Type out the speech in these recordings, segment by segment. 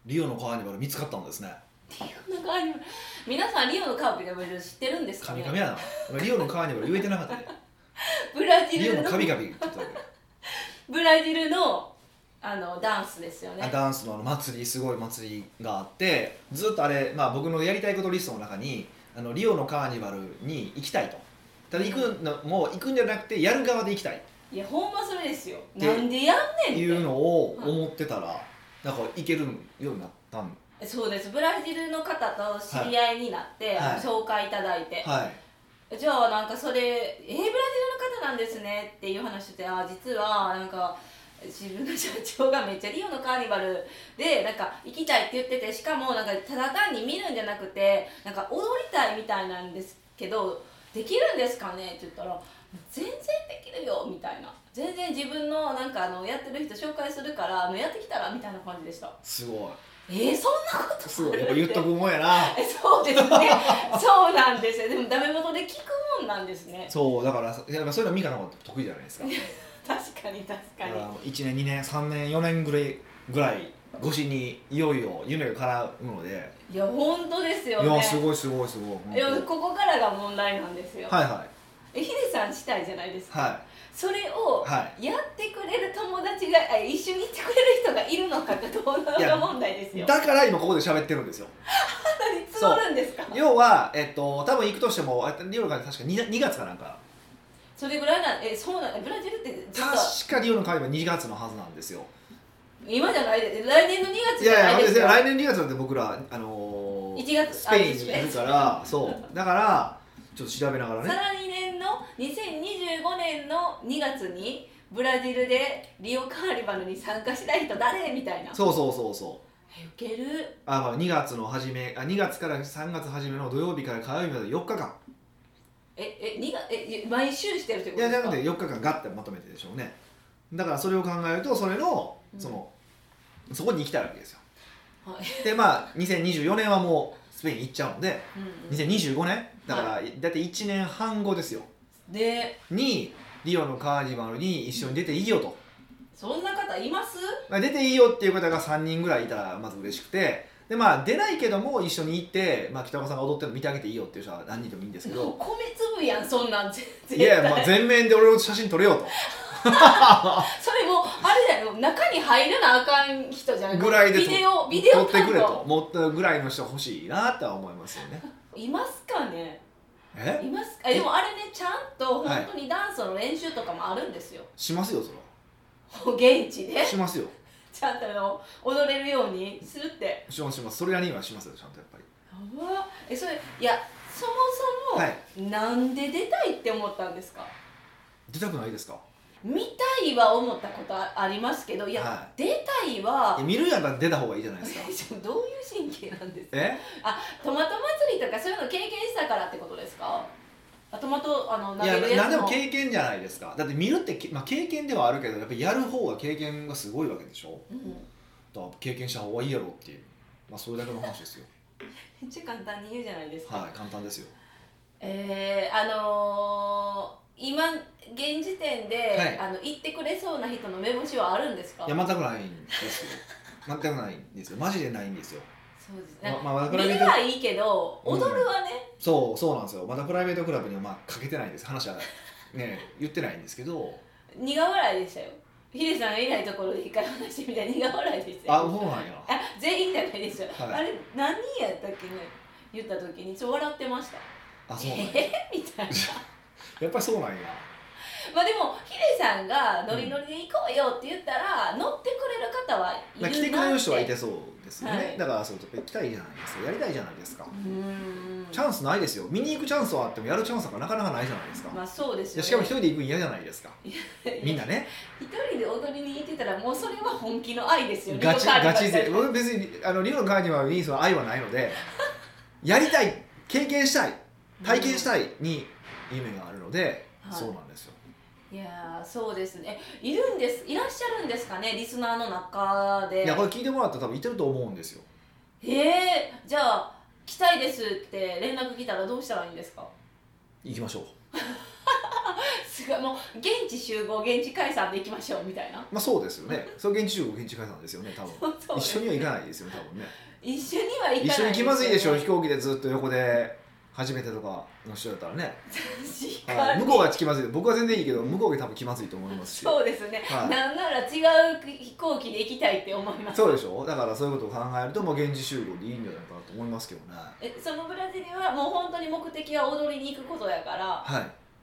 リオのカーニバル見つかったんですね。 リオのカーニバル、皆さんリオのカーニバル知ってるんですかね。 カミカミやな。リオのカーニバル言えてなかったね。 ブラジルのリオのカビカビって言っただけ。 ブラジルのダンスですよね。 ダンスの祭り、すごい祭りがあって、ずっとあれ、まあ、僕のやりたいことリストの中にリオのカーニバルに行きたいと。ただ行くのも行くんじゃなくてやる側で行きたい。 いやほんまそれですよ。なんでやんねんっていうのを思ってたら、なんか行けるようになったん。 そうです。ブラジルの方と知り合いになって、 はい、 紹介いただいて、 はい、 じゃあなんかそれブラジルの方なんですねっていう話で、実はなんか自分の社長がめっちゃリオのカーニバルでなんか行きたいって言ってて、しかもなんかただ単に見るんじゃなくてなんか踊りたいみたいなんですけど、できるんですかねって言ったら、全然できるよみたいな、全然自分のなんかやってる人紹介するからやってきたらみたいな感じでした。 すごい。 そんなことすごい。やっぱ言っとくもんやな。 そうですね。そうなんですよ。でもダメ元で聞くもんなんですね。 そうだからそういうのミカの方が得意じゃないですか。 確かに確かに。 1年2年3年4年ぐらい越しにいよいよ夢が叶うので。 いや本当ですよね。 いやすごいすごいすごい。 いやここからが問題なんですよ。 はいはい。 ヒデさんしたいじゃないですか。 はい。 それをやってくれる友達が、一緒に行ってくれる人がいるのかってどうなのか問題ですよ。 だから今ここで喋ってるんですよ。 何募るんですか。 要は多分行くとしてもリオのカーニバル確か 2月かなんか。 それぐらいそうなん。ブラジルってずっと確かリオのカーニバル2月のはずなんですよ。 今じゃないで、来年の2月じゃないですよ。 いや来年2月なんて僕ら 1月スペインにいるからそうだからちょっと調べながらね。 さらに年の2025年の2月にブラジルでリオカーニバルに参加したい人誰みたいな。 そうそうそうそう。 ウケる。 2月の初め2月から3月初めの土曜日から火曜日まで4日間。 毎週してるってことですか。 いやじゃなくて4日間ガッてまとめてでしょうね。だからそれを考えるとそれのそこに行きたいわけですよ。はい、で2024年はもうスペイン行っちゃうので、2025年だからだいたい1年半後ですよ。 でにリオのカーニバルに一緒に出ていいよと。 そんな方います？ 出ていいよっていう方が3人ぐらいいたらまず嬉しくて、で出ないけども一緒に行って、北岡さんが踊ってるの見てあげていいよっていう人は何人でもいいんですけど、 米粒やんそんなん絶対。 いや全面で俺の写真撮れよと。 それもあれだよ、中に入らなあかん人じゃないぐらいでビデオ撮ってくれと思ったぐらいの人欲しいなって思いますよね。 いますかね。いますか。 でもあれね、ちゃんと本当にダンスの練習とかもあるんですよ。 しますよそれは現地でしますよ。 ちゃんと踊れるようにするって。 しますそれなりにはしますよちゃんとやっぱり。 それいやそもそも、なんで出たいって思ったんですか。 出たくないですか。 見たいは思ったことありますけど、いや、出たいは見るやったら出た方がいいじゃないですか。 どういう神経なんですか。トマト祭りとかそういうの経験したからってことですか。トマト投げるやつも。 いや何でも経験じゃないですか。だって見るって経験ではあるけど、やっぱりやる方が経験がすごいわけでしょ。だから経験した方がいいやろっていう、それだけの話ですよ。 めっちゃ簡単に言うじゃないですか。 はい、簡単ですよ。 今現時点で、行ってくれそうな人の目星はあるんですか。 いや全くないんですよ。全くないんですよ。マジでないんですよ。 そうですね。見るはいいけど踊るはね、 そうなんですよ。まだプライベートクラブにはかけてないんです。話はね言ってないんですけど。 苦笑いでしたよ。ヒデさんがいないところで一回話してみたい苦笑いでしたよ。 そうなんや。 全員じゃないですよ。あれ何人やったっけね。言った時に笑ってました。 そうなんや。 みたいな。 やっぱりそうなんや。 でもヒデさんがノリノリで行こうよって言ったら、乗ってくれる方はいるなって。 来てくれる人はいてそうですよね。だからそう行きたいじゃないですか。やりたいじゃないですか。チャンスないですよ。見に行くチャンスはあってもやるチャンスがなかなかないじゃないですか。 そうですよね。 しかも一人で行くの嫌じゃないですか。みんなね。 一人で踊りに行ってたらもうそれは本気の愛ですよね。 ガチ勢。僕別にリオのカーニバルにその愛はないので、やりたい、経験したい、体験したいに夢があるので、そうなんですよ。 いやそうですね。いらっしゃるんですかね、リスナーの中で。 いやこれ聞いてもらったら多分いてると思うんですよ。 じゃあ来たいですって連絡来たらどうしたらいいんですか。 行きましょう。 すごい、もう現地集合現地解散で行きましょうみたいな。 まあそうですよね。それ現地集合現地解散ですよね多分。 そう一緒には行かないですよね多分ね。 一緒には行かない一緒に気まずいでしょ、飛行機でずっと横で初めてとかの人だったらね。はい、向こうが気まずい、僕は全然いいけど向こうが多分気まずいと思いますし。 そうですね、 はい、 なんなら違う飛行機で行きたいって思います。 そうでしょ。だからそういうことを考えるともう現地集合でいいんじゃないかなと思いますけどね。 そのブラジルはもう本当に目的は踊りに行くことやから、 はい、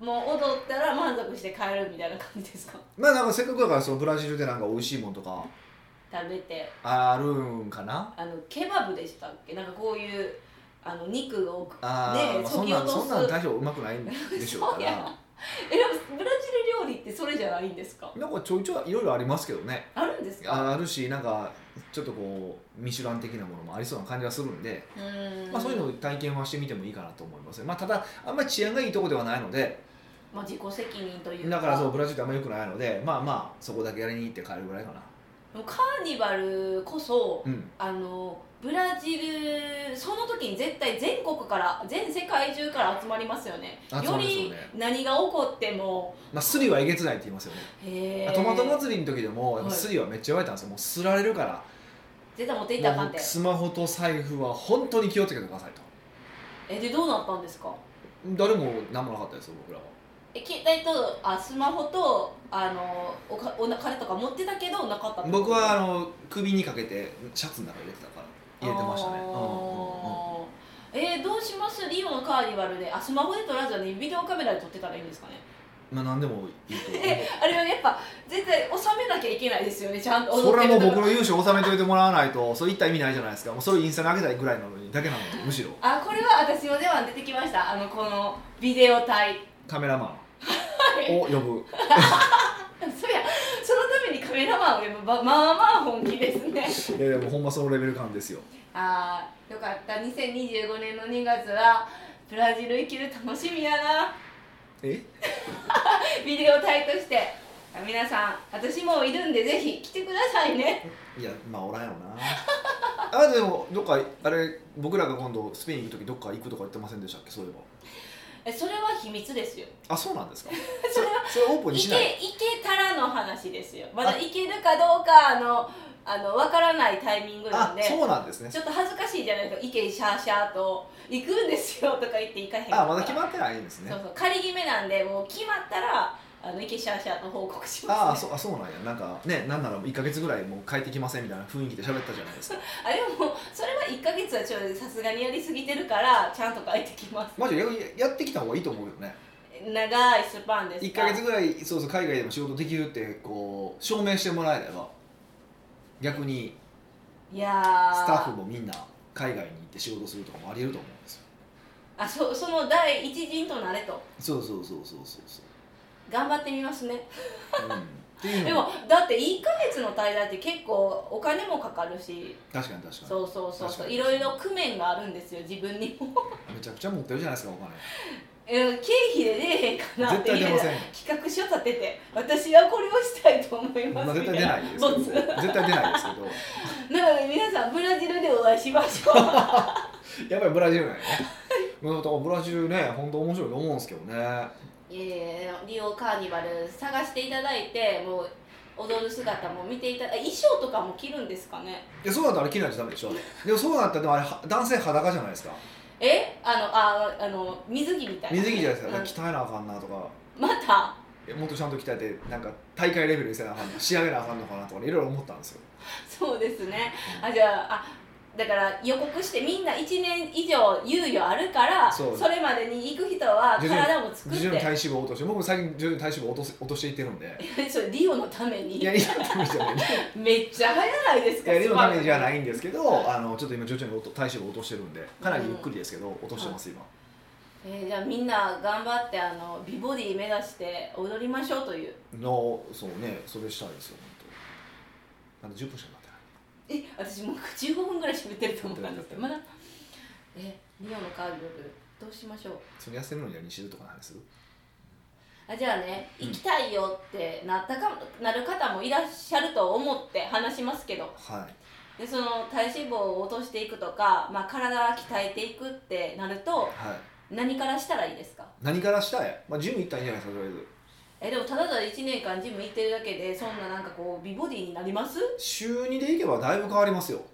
もう踊ったら満足して帰るみたいな感じですか？ まあなんかせっかくだからそのブラジルでなんか美味しいもんとか食べてあるんかな。 ケバブでしたっけ、なんかこういう肉をねそんなん大将うまくないんでしょうから。 ブラジル料理ってそれじゃないんですか？ なんかちょいちょいいろいろありますけどね。 あるんですか？ あるし、なんかちょっとこうミシュラン的なものもありそうな感じがするんで、まあそういうのを体験はしてみてもいいかなと思います。まあただあんまり治安がいいところではないので、 まあ自己責任というか。 だからそうブラジルってあんまり良くないので、まあまあそこだけやりに行って帰るぐらいかな。 カーニバルこそ、 うん、 ブラジルその時に絶対全国から全世界中から集まりますよね。より何が起こっても、 まあ、スリはえげつないって言いますよね。 へトマト祭りの時でもやっぱスリはめっちゃ言われたんですよ。もうすられるから絶対持っていったらあかんて。 スマホと財布は本当に気をつけてくださいと。 でどうなったんですか？ 誰も何もなかったですよ僕らは。 携帯とスマホとお金とか持ってたけどなかったってこと？ 僕は首にかけてシャツの中に入れてたから入れてましたね。 どうします？リオのカーニバルでスマホで撮らずにビデオカメラで撮ってたらいいんですかね？ まあ何でもいいと思う。 あれはやっぱ絶対収めなきゃいけないですよね、ちゃんと。 それはもう僕の勇姿を収めておいてもらわないとそういった意味ないじゃないですか。もうそれをインスタに上げたいぐらいなのにだけなのにむしろ。 これは私の出番出てきました。このビデオ隊カメラマンを呼ぶそやそのためにカメラマンを呼ぶ、まあまあ本気ですね。 いやでもほんまそのレベル感ですよ。 よかった。2025年の2月はブラジル行ける楽しみやな。ビデオ隊として皆さん私もいるんでぜひ来てくださいね。 いやまあおらんやろな。でもどっかあれ僕らが今度スペイン行く時どっか行くとか言ってませんでしたっけ？そういえば。 それは秘密ですよ。 そうなんですか？ それはオープンにしない。 行けたらの話ですよ。まだ行けるかどうか分からないタイミングなんで。 そうなんですね。 ちょっと恥ずかしいじゃないですか。行けシャーシャーと行くんですよとか言って行かへんから。 まだ決まってないんですね。 そう仮決めなんでもう決まったら行けシャーシャーと報告します、ね。 そうなんや。なんかね、なんなら1ヶ月ぐらいもう帰ってきませんみたいな雰囲気で喋ったじゃないですか。 でもそれは1ヶ月はちょっとさすがにやりすぎてるからちゃんと帰ってきます。 マジでやってきた方がいいと思うよね。 長いスパンですか。 1ヶ月ぐらいそう海外でも仕事できるってこう証明してもらえれば逆にスタッフもみんな海外に行って仕事するとかもあり得ると思うんですよ。 その第一陣となれと。 そう頑張ってみますね。 でもだって1ヶ月の滞在って結構お金もかかるし。 確かにそういろいろ工面があるんですよ自分にも。 めちゃくちゃ持ってるじゃないですかお金。 経費で出えへんかなって企画書立てて私はこれをしたいと思いますみたいな。 絶対出ないですけど絶対出ないですけどなので皆さんブラジルでお会いしましょう。 やっぱりブラジルなんやね。ブラジルね本当面白いと思うんですけどね。 リオカーニバル探していただいてもう踊る姿も見ていただ衣装とかも着るんですかね。 そうなったら着ないとダメでしょ。でもそうなったらでもあれ男性裸じゃないですか。 水着みたいな。 水着じゃないですか。鍛えなあかんなとか。 またもっとちゃんと鍛えてなんか大会レベルにせなあかんの仕上げなあかんのかなとかいろいろ思ったんですよ。 そうですね。じゃあだから予告してみんな1年以上猶予あるからそれまでに行く人は体も作って徐々に体脂肪を落として僕も最近徐々に体脂肪を落としていってるんで。 それリオのために。 いやリオのためじゃない。 めっちゃ早ないですか。 リオのためじゃないんですけどちょっと今徐々に体脂肪を落としてるんでかなりゆっくりですけど落としてます今。 じゃあみんな頑張って美ボディ目指して踊りましょうというそうねそれしたいですよ本当。なんで10分しかなってない。 私もう15分ぐらい喋ってると思ったんですけどまだリオのカーニバルどうしましょう。 それ痩せるのには西とかの話する。 じゃあね行きたいよってなる方もいらっしゃると思って話しますけど、でその体脂肪を落としていくとか、体鍛えていくってなると、何からしたらいいですか？ 何からしたい？ジム行ったらいいんじゃないですかとりあえず。 でもただただ1年間ジム行ってるだけでそんななんかこう美ボディになります？ 週2で行けばだいぶ変わりますよ。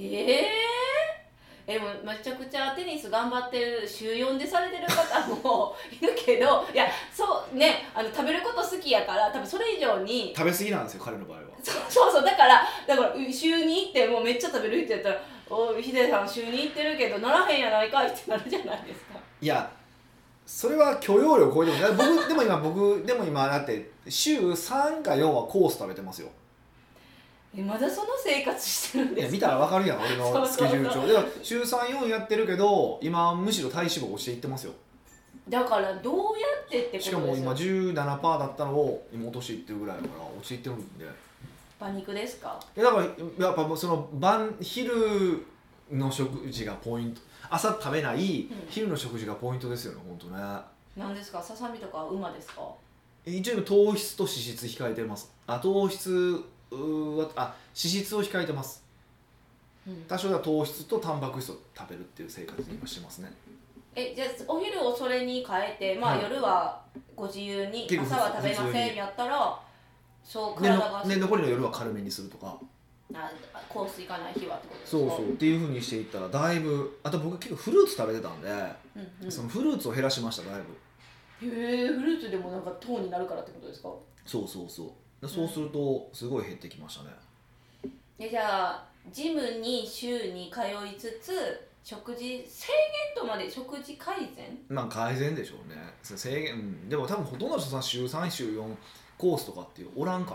でもめちゃくちゃテニス頑張ってる週4でされてる方もいるけど、いやそうね、食べること好きやから多分それ以上に食べ過ぎなんですよ彼の場合は。 そうだから週に行ってもうめっちゃ食べる人やったら「おいヒデさん週に行ってるけどならへんやないかい」ってなるじゃないですか。 いやそれは許容量超えても僕でも今だって週3か4はコース食べてますよ。 まだその生活してるんですか？ いや見たら分かるやん俺のスケジュール帳で。週3、4やってるけど今むしろ体脂肪落ちていってますよ。 だからどうやってってことですよ。 しかも今 17% だったのを今落としていってるぐらいだから落ちていってるんで。 馬肉ですか？ だからやっぱその昼の食事がポイント。朝食べない昼の食事がポイントですよね本当ね。 何ですか？ささみとか馬ですか？ 一応糖質と脂質控えてます。糖質は脂質を控えてます、多少は糖質とタンパク質を食べるっていう生活に今してますね。 じゃあお昼をそれに変えて、夜はご自由に朝は食べませんやったらそう体が残りの夜は軽めにするとかコース行かない日はってことですか？ そうっていうふうにしていったらだいぶ。あと僕結構フルーツ食べてたんで、そのフルーツを減らしましただいぶ。 へえ、フルーツでもなんか糖になるからってことですか？ そうするとすごい減ってきましたね。 じゃあジムに週に通いつつ食事制限とまで食事改善改善でしょうね制限、でも多分ほとんどの人さん週3週4コースとかっていうおらんから。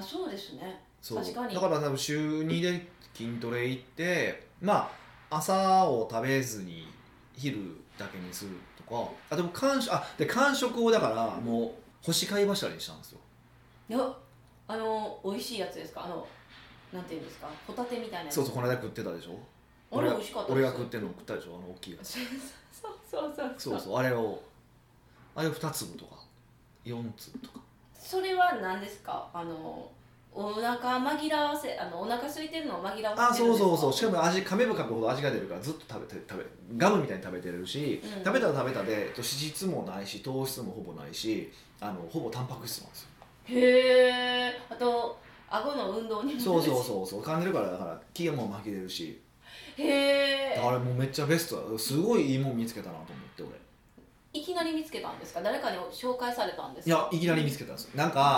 そうですね。 そう確かに。 だから多分週2で筋トレ行って朝を食べずに昼だけにするとか。でも間食をだからもう干し貝柱にしたんですよ。 いや美味しいやつですか？なんていうんですか、ホタテみたいなやつ。 そうこの間食ってたでしょ。 あれ美味しかったです。 俺が食ってるの食ったでしょ大きいやつ。そうあれを2粒とか4粒とか。 それは何ですか？お腹紛らわせお腹空いてるのを紛らわせてるんですか？ そうしかも噛めば噛むほど味が出るからずっと食べガムみたいに食べてるし、食べたら食べたで脂質もないし糖質もほぼないしほぼタンパク質なんですよ。 へえ。あと顎の運動にもそう噛んでるからだから気がもう巻き出るし。 へえ。 あれもうめっちゃベストだ。すごいいいもん見つけたなと思って俺。 いきなり見つけたんですか？誰かに紹介されたんですか？ いやいきなり見つけたんですよ。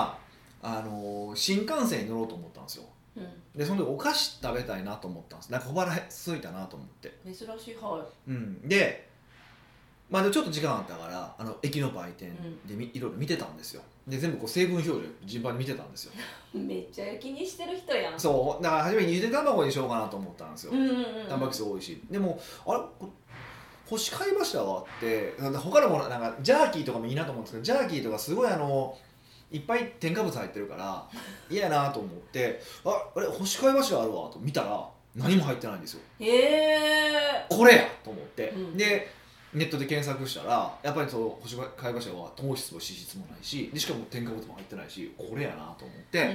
新幹線に乗ろうと思ったんですよ、でその時お菓子食べたいなと思ったんです。小腹空いたなと思って。 珍しい。 ででもちょっと時間あったから駅の売店でいろいろ見てたんですよ。で全部成分表示順番に見てたんですよめっちゃ気にしてる人やん。 そうだから初めにゆで卵にしようかなと思ったんですよ、タンパク質多いし。でも干し貝柱があって他のものジャーキーとかもいいなと思うんですけど、ジャーキーとかすごいいっぱい添加物入ってるから嫌やなと思ってあれ干し貝柱あるわと見たら何も入ってないんですよ。これやと思って、でネットで検索したらやっぱり干し貝柱は糖質も脂質もないししかも添加物も入ってないしこれやなと思って、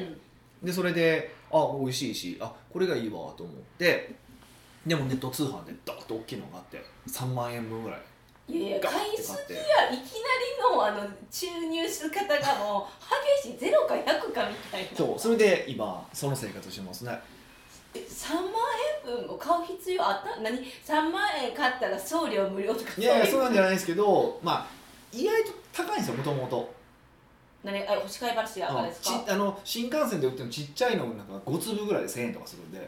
でそれで美味しいしこれがいいわと思って、でもネット通販でドッと大きいのがあって3万円分ぐらい。 いや買いすぎや。いきなりの注入する方がもう激しい0か100かみたいな。 それで今その生活してますね。 3万円分を買う必要あった？3万円買ったら送料無料とか。 いやそうなんじゃないですけど意外と高いんですよもともと。 干し貝柱がですか？ 新幹線で売ってるのちっちゃいの5粒ぐらいで1000円とかするんで。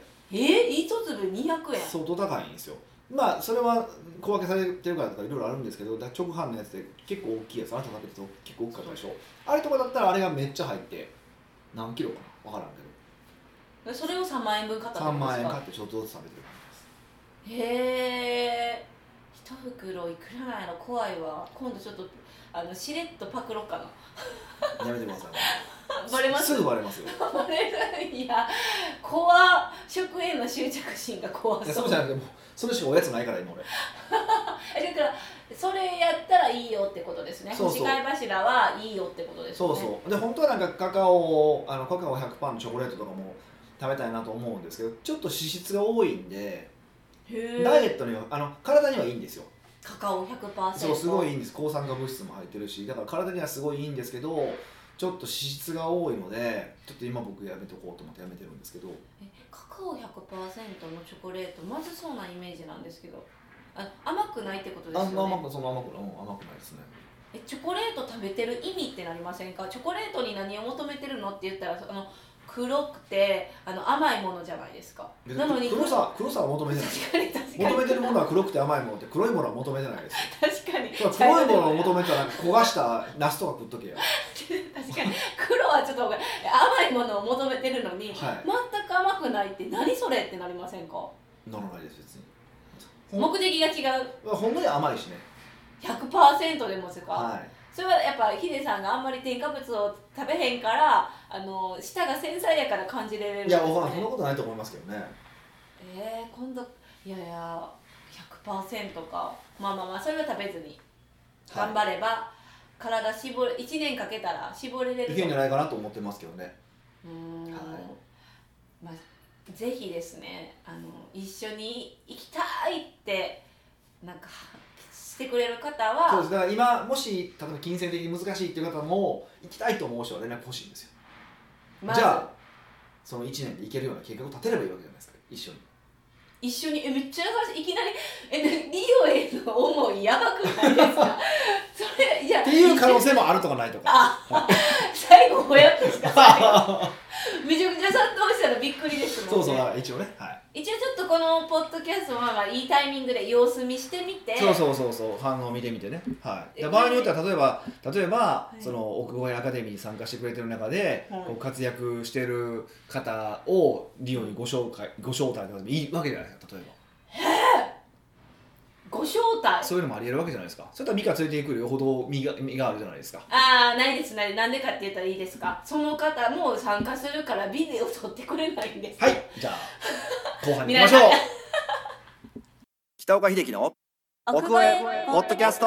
1粒200円。 相当高いんですよ。それは小分けされてるからとかいろいろあるんですけど、直販のやつで結構大きいやつ、あなた食べてると結構大きかったでしょ。あれとかだったらあれがめっちゃ入って何キロかな分からんけど、それを3万円分買ったってことですか？3万円買ってちょっとずつ食べてる感じです。へえ。1袋いくらなんやろ、怖いわ。今度ちょっとしれっとパクろうかな。 やめてくださいバレます？ すぐバレますよ。 バレる。いや怖食への執着心が怖そう。 そうじゃなくてもそれしかおやつないから今俺だからそれやったらいいよってことですね。干し貝柱はいいよってことですね。 で本当はカカオ100%のチョコレートとかも食べたいなと思うんですけど、ちょっと脂質が多いんでダイエットには体にはいいんですよ。 カカオ 100%。 そうすごいいいんです。抗酸化物質も入ってるし、だから体にはすごいいいんですけど、ちょっと脂質が多いのでちょっと今僕やめとこうと思ってやめてるんですけど。 カカオ 100% のチョコレートまずそうなイメージなんですけど、甘くないってことですよね。 甘くないですね。 チョコレート食べてる意味ってなりませんか？チョコレートに何を求めてるのって言ったら黒くて甘いものじゃないですか。なのに黒さは求めてない。 確かに求めてるものは黒くて甘いものって、黒いものは求めてないです確かに黒いものを求めたら焦がしたナスとか食っとけよ確かに黒はちょっと甘いものを求めてるのに、はい、全く甘くないって何それってなりませんか？ ならないです別に。 目的が違う。 ほんまに甘いしね。 100% でもですか？ はい。 それはやっぱヒデさんがあんまり添加物を食べへんから舌が繊細やから感じれるんですね。 いやそんなことないと思いますけどね。 今度いや 100% か。まあそれは食べずに頑張れば、はい、体1年かけたら絞れれるいけるんじゃないかなと思ってますけどね。はい、 まあ、ぜひですね一緒に行きたいってなんかしてくれる方は。 そうです。だから今もし例えば金銭的に難しいっていう方も行きたいと思う人は連絡欲しいんですよ。じゃあその1年で行けるような計画を立てればいいわけじゃないですか。一緒にめっちゃ優しい。いきなりリオへの思いやばくないですか？それいやっていう可能性もあるとかないとか。 最後ぼやっとした。めちゃくちゃ殺到したらびっくりですもんね。 そう一応ね、はい、 一応ちょっとこのポッドキャストはいいタイミングで様子見してみて。 そう反応見てみてね。はい。場合によっては例えば、はい、その奥越アカデミーに参加してくれてる中で、はい、こう活躍してる方をリオにご招待とかでもいいわけじゃないですか。例えば。 ご招待。 そういうのもありえるわけじゃないですか。それとはミカ連れて行くよほど身があるじゃないですか。 ないですね。なんでかって言ったらいいですか。その方も参加するからビデオ撮ってくれないんです。 はい。じゃあ後半に行きましょう。北岡秀樹の奥越えポッドキャスト。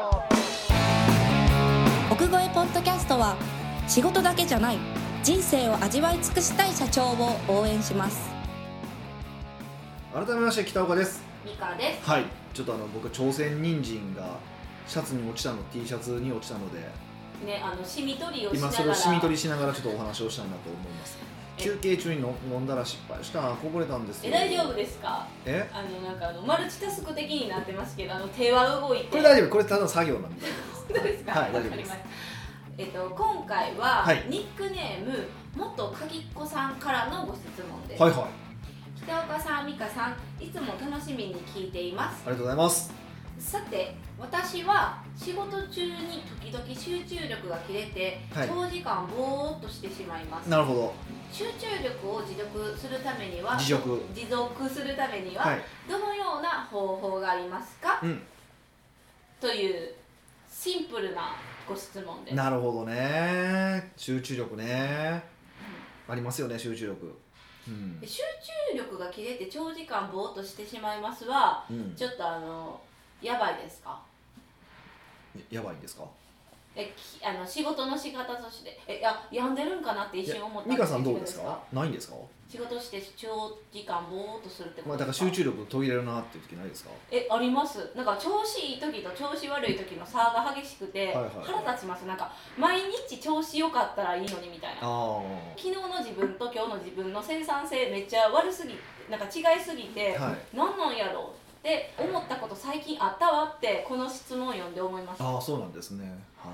奥越えポッドキャストは仕事だけじゃない人生を味わい尽くしたい社長を応援します。 改めまして北岡です。 ミカです。 はい。ちょっと僕朝鮮人参がシャツに落ちたの T シャツに落ちたのでね、シミ取りをしながら今それをシミ取りしながらちょっとお話をしたいなと思います。休憩中に飲んだら失敗したこぼれたんですよ。 大丈夫ですか？なんかマルチタスク的になってますけど手は動いて。 これ大丈夫。これただの作業なんで大丈夫です。本当ですか？ はい、大丈夫です。 今回は、はい、ニックネーム元鍵っ子さんからのご質問です。 はいはい。 北岡さん、美香さん、いつも楽しみに聞いています。 ありがとうございます。 さて、私は仕事中に時々集中力が切れて、はい、長時間ぼーっとしてしまいます。 なるほど。 集中力を持続するためには、 持続するためには、はい、どのような方法がありますか？というシンプルなご質問です。 なるほどね。集中力ね、ありますよね。集中力。 集中力が切れて長時間ぼーっとしてしまいますは、ちょっとやばいですか？ やばいんですか？ 仕事の仕方として病んでるんかなって一瞬思ったんですけど。 美香さんどうですか？ないんですか？ 仕事して長時間ぼーっとするってことですか？ だから集中力途切れるなっていう時ないですか？ あります。なんか調子いい時と調子悪い時の差が激しくて、腹立ちます。なんか毎日調子良かったらいいのにみたいな。昨日の自分と今日の自分の生産性めっちゃ悪すぎなんか違いすぎて、何なんやろうって思ったこと最近あったわってこの質問を読んで思いました。 そうなんですね。はい。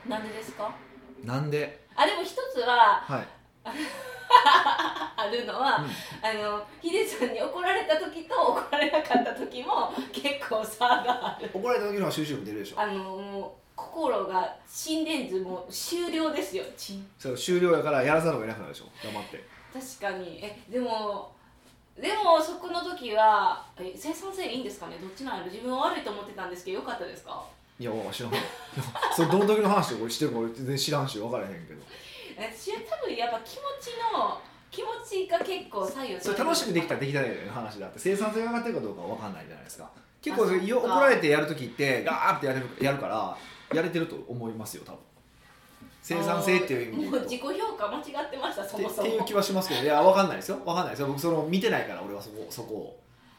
なんでですか？ なんで？ でも一つは、 はい、 あるのは、ヒデさんに怒られた時と怒られなかった時も結構差がある。 怒られた時の方が集中力出るでしょ。 もう心が心電図も終了ですよ。 そう終了やからやらざるを得なくなるでしょ。黙って。 確かに。でもそこの時は生産性いいんですかね。どっちなんやろ。自分は悪いと思ってたんですけどよかったですか？ いや知らんそれどの時の話をしてるか俺全然知らんし分からへんけど。 私は多分やっぱ気持ちが結構左右する。 それ楽しくできたらできたらの話だって生産性が上がってるかどうかは分かんないじゃないですか。結構怒られてやる時ってガーってやるからやれてると思いますよ多分。生産性っていう意味でもう自己評価間違ってましたそもそもっていう気はしますけど。いや分かんないですよ。僕その見てないから俺はそこを。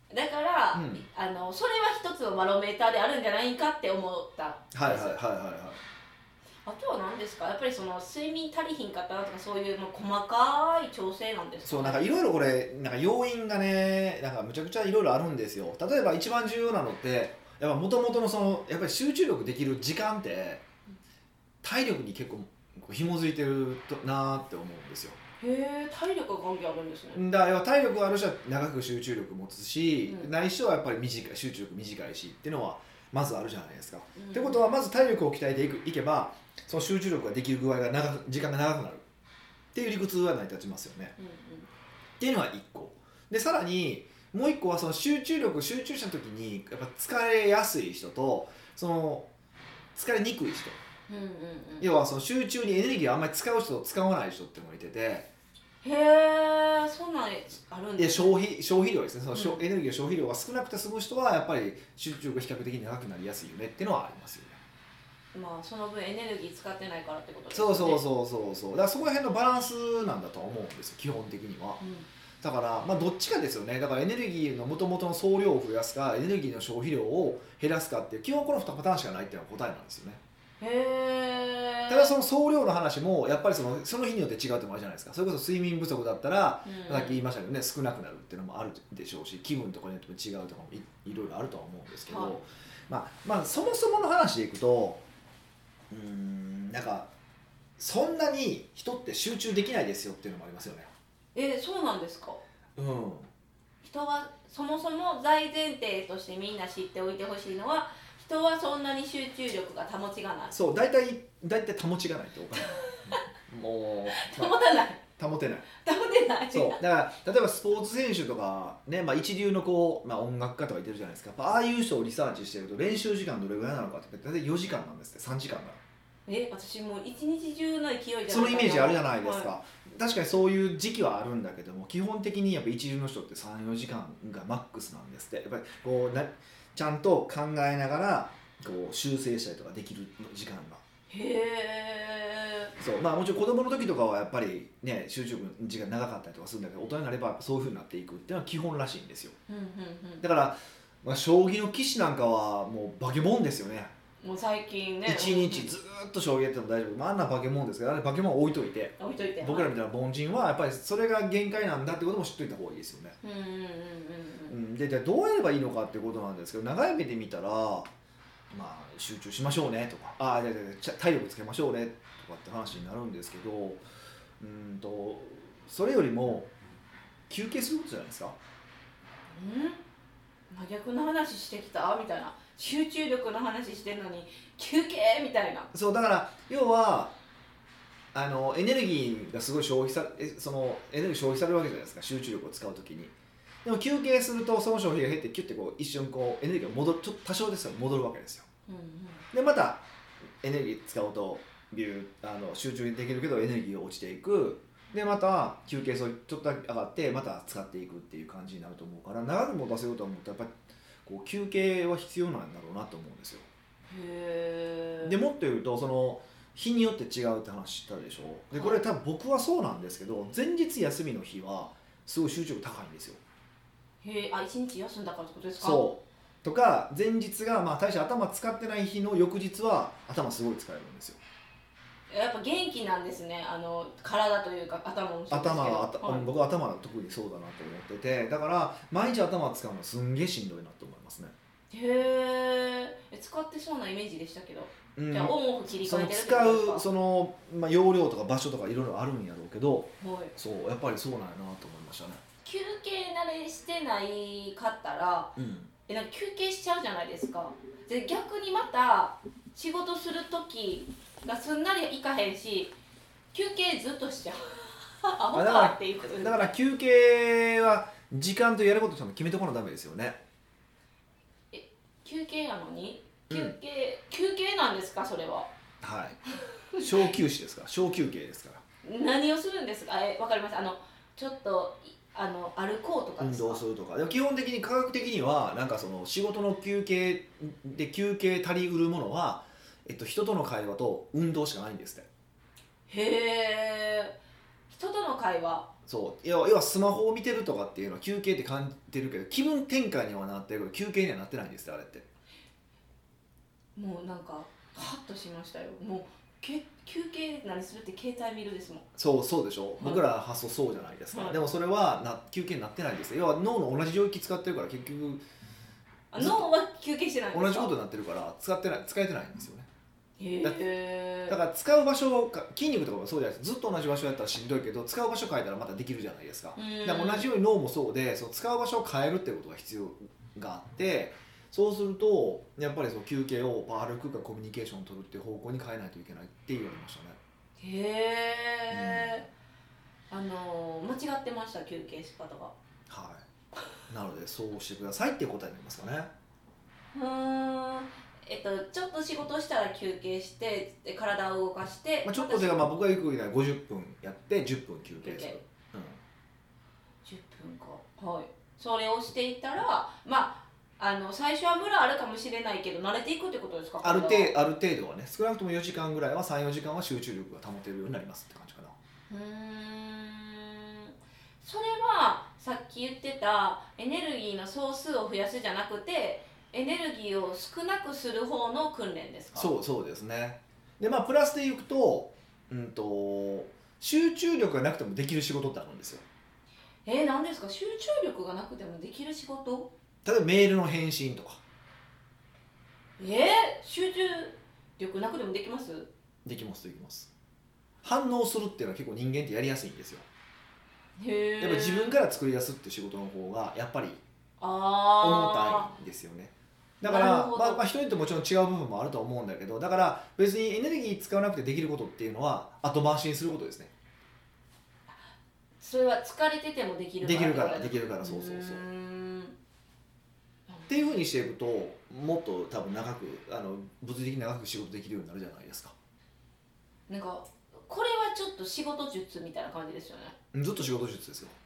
だから、それは一つのバロメーターであるんじゃないかって思ったんです。 はいはいはいはいはい。 あとは何ですか、やっぱりその睡眠足りひんかったとかそういう細かい調整なんですか、ね、 そうなんかいろいろこれなんか要因がねなんかむちゃくちゃいろいろあるんですよ。例えば一番重要なのってやっぱ元々のそのやっぱり集中力できる時間って体力に結構紐づいてるなって思うんですよ。 へえ、体力が関係あるんですね。 だから体力がある人は長く集中力持つし、ない人はやっぱり集中力短いしっていうのはまずあるじゃないですか。ってことはまず体力を鍛えていけばその集中力ができる具合が時間が長くなるっていう理屈は成り立ちますよね、っていうのは1個で、さらにもう1個はその集中した時にやっぱ疲れやすい人とその疲れにくい人、要はその集中にエネルギーをあんまり使う人と使わない人ってもいてて、 へえ、そんなんあるんですか。消費量ですね。そのエネルギーの消費量が少なくて済む人はやっぱり集中力が比較的に長くなりやすいよねっていうのはありますよね。 まあその分エネルギー使ってないからってことですね。 そうだからそこら辺のバランスなんだと思うんですよ基本的には、だからまあどっちかですよね。だからエネルギーの元々の総量を増やすかエネルギーの消費量を減らすかっていう基本この2パターンしかないっていうのが答えなんですよね。 へー。 ただその総量の話もやっぱりその日によって違うってもあるじゃないですか。それこそ睡眠不足だったら、さっき言いましたけどね少なくなるっていうのもあるでしょうし気分とかによっても違うとかもいろいろあるとは思うんですけど、まあそもそもの話でいくとなんかそんなに人って集中できないですよっていうのもありますよね。 そうなんですか。 人はそもそも大前提としてみんな知っておいてほしいのは人はそんなに集中力が保ちがない。 そう大体保ちがないっておかないもう、 保たない、 保てないそうだから例えばスポーツ選手とかね、一流の音楽家とかいてるじゃないですか。ああいう人をリサーチしてると練習時間どれぐらいなのかって大体4時間なんですって3時間が私もう一日中の勢いじゃないそのイメージあるじゃないですか、確かにそういう時期はあるんだけども基本的にやっぱ一流の人って 3,4 時間がマックスなんですって。やっぱりちゃんと考えながら修正したりとかできる時間が。そうもちろん子供の時とかはやっぱりね集中時間長かったりとかするんだけど大人になればそういう風になっていくっていうのは基本らしいんですよ、だから、将棋の棋士なんかはもう化け物ですよね。 もう最近ね 1日ずっと将棋やっても大丈夫、あんな化け物ですけどあれ化け物置いといて僕らみたいな凡人はやっぱりそれが限界なんだってことも知っといた方がいいですよね。でじゃあどうやればいいのかってことなんですけど、長い目で見たら集中しましょうねとか体力つけましょうねとかって話になるんですけど、それよりも休憩することじゃないですか。 真逆の話してきたみたいな。集中力の話してるのに休憩みたいな。 そうだから要はエネルギーがすごい消費されそのエネルギー消費されるわけじゃないですか集中力を使うときに。でも休憩するとその消費が減ってキュッて一瞬エネルギーがちょっと多少ですよ戻るわけですよ、でまたエネルギー使うと集中できるけどエネルギーが落ちていく。でまた休憩ちょっとだけ上がってまた使っていくっていう感じになると思うから、長く持たせようと思うとやっぱり休憩は必要なんだろうなと思うんですよ。でもっと言うとその日によって違うって話したでしょ。でこれ多分僕はそうなんですけど前日休みの日はすごい集中力高いんですよ。 一日休んだからってことですか。 そうとか前日が大して頭使ってない日の翌日は頭すごい使えるんですよ。 やっぱ元気なんですね。体というか頭もそうですけど。 僕は頭が特にそうだなと思ってて、だから毎日頭使うのすんげえしんどいなと思いますね。 使ってそうなイメージでしたけど、じゃあオンオフ切り替えてるってことですか。使う容量とか場所とかいろいろあるんやろうけど、そうやっぱりそうなんやなと思いましたね。 休憩慣れしてないかったら、なんか休憩しちゃうじゃないですか。で逆にまた仕事する時がすんなりいかへんし休憩ずっとしちゃうアホかっていうことです。 だから休憩は時間とやることちゃんと決めてこないとダメですよね。 休憩やのに休憩なんですかそれは。 小休止ですから小休憩ですから何をするんですか。わかります。ちょっと歩こうとかですか。 運動するとか。でも基本的に科学的にはなんかその仕事の休憩で休憩足りうるものは、人との会話と運動しかないんですって。 人との会話そう要はスマホを見てるとかっていうのは休憩って感じてるけど気分転換にはなってるけど休憩にはなってないんですよあれって。 もうなんかハッとしましたよ。もう休憩何するって携帯見るですもん。 そうでしょ、はい、僕ら発想そうじゃないですか、はい、でもそれは休憩になってないんですよ。要は脳の同じ領域使ってるから結局脳は休憩してないんですか。 同じことになってるから使えてないんですよね。 へだから使う場所が筋肉とかもそうじゃないです。ずっと同じ場所やったらしんどいけど使う場所変えたらまたできるじゃないですか。だから同じように脳もそうで使う場所を変えるっていうことが必要があって、そうするとやっぱり休憩を歩くかコミュニケーションを取るっていう方向に変えないといけないって言われましたね。 へえ、間違ってました休憩し方が。 はい、なのでそうしてくださいっていう答えになりますかね。 ちょっと仕事したら休憩して体を動かして、 ちょっとで僕が行くには50分やって10分休憩する、 10分か。はい、それをしていったら最初はムラあるかもしれないけど慣れていくってことですか。 ある程度はね、少なくとも4時間ぐらいは 3,4 時間は集中力が保てるようになりますって感じかな。 それはさっき言ってたエネルギーの総数を増やすじゃなくてエネルギーを少なくする方の訓練ですか。 そうですね。でプラスでいくと、集中力がなくてもできる仕事ってあるんですよ。 何ですか。集中力がなくてもできる仕事。 例えばメールの返信とか。 集中力なくてもできます。 できます。反応するっていうのは結構人間ってやりやすいんですよ。やっぱ自分から作り出すっていう仕事の方がやっぱり重たいんですよね。だから人によってもちろん違う部分もあると思うんだけど、だから別にエネルギー使わなくてできることっていうのは後回しにすることですね。 それは疲れててもできるからそうっていうふうにしていくともっと多分長く物理的に長く仕事できるようになるじゃないですか。 なんかこれはちょっと仕事術みたいな感じですよね。 ずっと仕事術ですよ。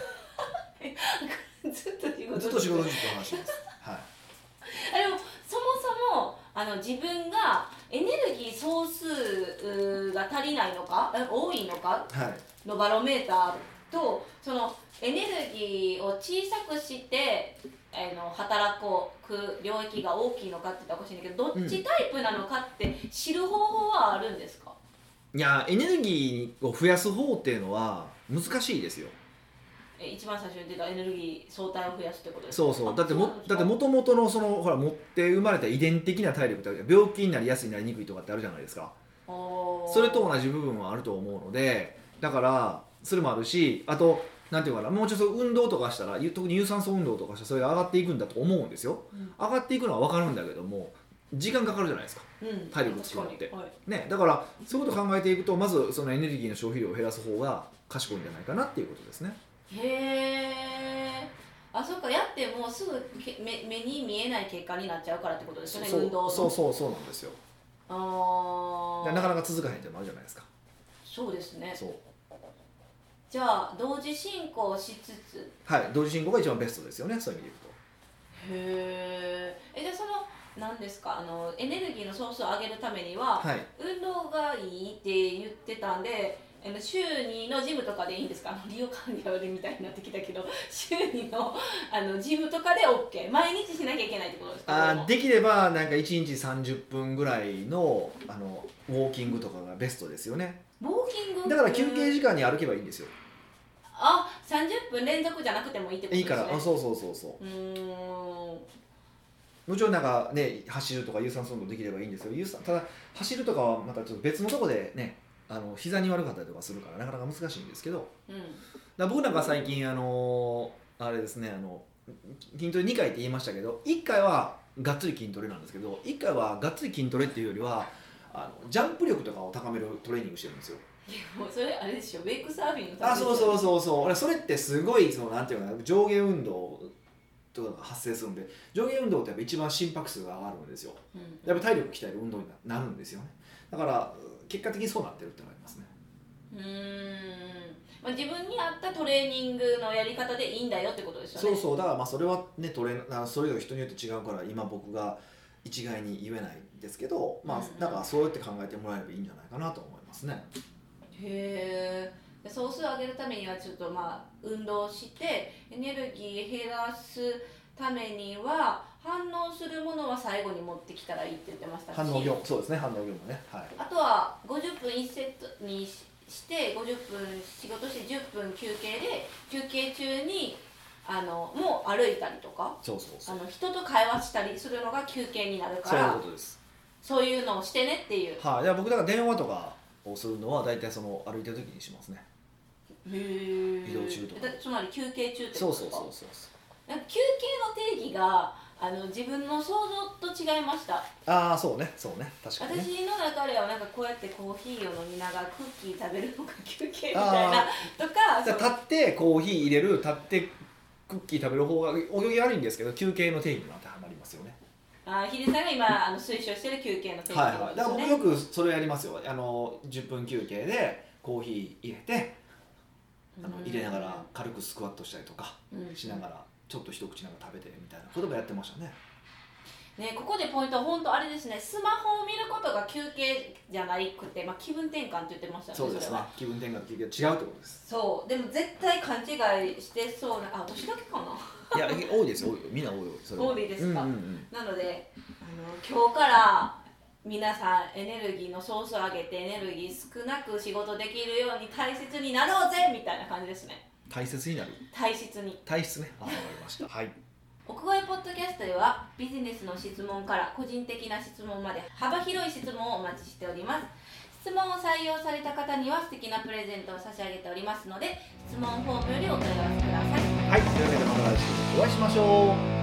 ずっと仕事術の話です。はい。 でもそもそも自分がエネルギー総数が足りないのか多いのかのバロメーターと、そのエネルギーを小さくして働く領域が大きいのかって言ったらおかしいんだけど、どっちタイプなのかって知る方法はあるんですか。 いやエネルギーを増やす方っていうのは難しいですよ。 一番最初に出たエネルギー総体を増やすってことですか。 そうだってもともとのほら持って生まれた遺伝的な体力って病気になりやすいなりにくいとかってあるじゃないですか。それと同じ部分はあると思うので、だからそれもあるし、あとなんていうかな、もうちょっと運動とかしたら特に有酸素運動とかしたらそれが上がっていくんだと思うんですよ、上がっていくのは分かるんだけども時間かかるじゃないですか、体力使って、ね、だからそういうことを考えていくとまずそのエネルギーの消費量を減らす方が賢いんじゃないかなっていうことですね。 そっか。やってもすぐ目に見えない結果になっちゃうからってことですよね。 運動のそうなんですよ。なかなか続かへんってのもあるじゃないですか。 そうですね。じゃあ同時進行しつつ、 同時進行が一番ベストですよね、そういう意味で言うと。じゃあその何ですか、エネルギーのソースを上げるためには、運動がいいって言ってたんで週2のジムとかでいいんですか。利用管理が悪いみたいになってきたけど週2のジムとかで OK。 毎日しなきゃいけないってことですか。 できればなんか1日30分ぐらいのウォーキングとかがベストですよね。 ウォーキングだから休憩時間に歩けばいいんですよ。 30分連続じゃなくてもいいってことですね。 いいからそうもちろんなんかね走るとか有酸素運動できればいいんですよ。ただ走るとかはまたちょっと別のとこでね膝に悪かったりとかするからなかなか難しいんですけど、だ僕なんか最近あれですね筋トレ2回って言いましたけど1回はがっつり筋トレなんですけど1回はがっつり筋トレっていうよりはジャンプ力とかを高めるトレーニングしてるんですよ。 もうそれあれでしょ、ウェイクサーフィンのためそうそれってすごいなんていうかな上下運動とかが発生するんで、上下運動ってやっぱ一番心拍数が上がるんですよ、やっぱ体力鍛える運動になるんですよね。だから結果的にそうなってるってのがありますね。 自分に合ったトレーニングのやり方でいいんだよってことですよね。 そうだからそれはねそれぞれ人によって違うから今僕が一概に言えないんですけど、だからそうやって考えてもらえればいいんじゃないかなと思いますね。 総数を上げるためにはちょっと運動してエネルギー減らすためには反応するものは最後に持ってきたらいいって言ってましたし、 反応業務、そうですね、反応業務ね、はい、 あとは50分1セットにして50分仕事して10分休憩で、休憩中にもう歩いたりとか、 そう人と会話したりするのが休憩になるから、 そういうことです。 そういうのをしてねっていう。 はい、僕だから電話とかをするのは大体その歩いてる時にしますね。移動中とか。 つまり休憩中ってことですか？ そう休憩の定義が自分の想像と違いました。 そうね確かにね。 私の中ではこうやってコーヒーを飲みながらクッキー食べるのが休憩みたいなとか、 立ってコーヒー入れる、立ってクッキー食べる方がお行儀悪いんですけど、休憩の定義に当てはまりますよね。 ヒデさんが今推奨している休憩の定義ですね。 はい、だから僕よくそれやりますよ。10分休憩でコーヒー入れて入れながら軽くスクワットしたりとかしながら、ちょっと一口なんか食べてみたいなこともやってましたね。 ここでポイントは本当あれですね、スマホを見ることが休憩じゃなくて、気分転換って言ってましたね。 そうですね、気分転換と休憩は違うってことです。 そう、でも絶対勘違いしてそうな、私だけかな。 いや多いですよ、みんな多いそれは。 多いですか、なので今日から皆さんエネルギーのソースを上げてエネルギー少なく仕事できるように大切になろうぜみたいな感じですね。 大切になる、 体質ね、 わかりました。はい、 奥越ポッドキャストではビジネスの質問から個人的な質問まで幅広い質問をお待ちしております。質問を採用された方には素敵なプレゼントを差し上げておりますので、質問フォームよりお問い合わせください。 はい、というわけでまた来週お会いしましょう。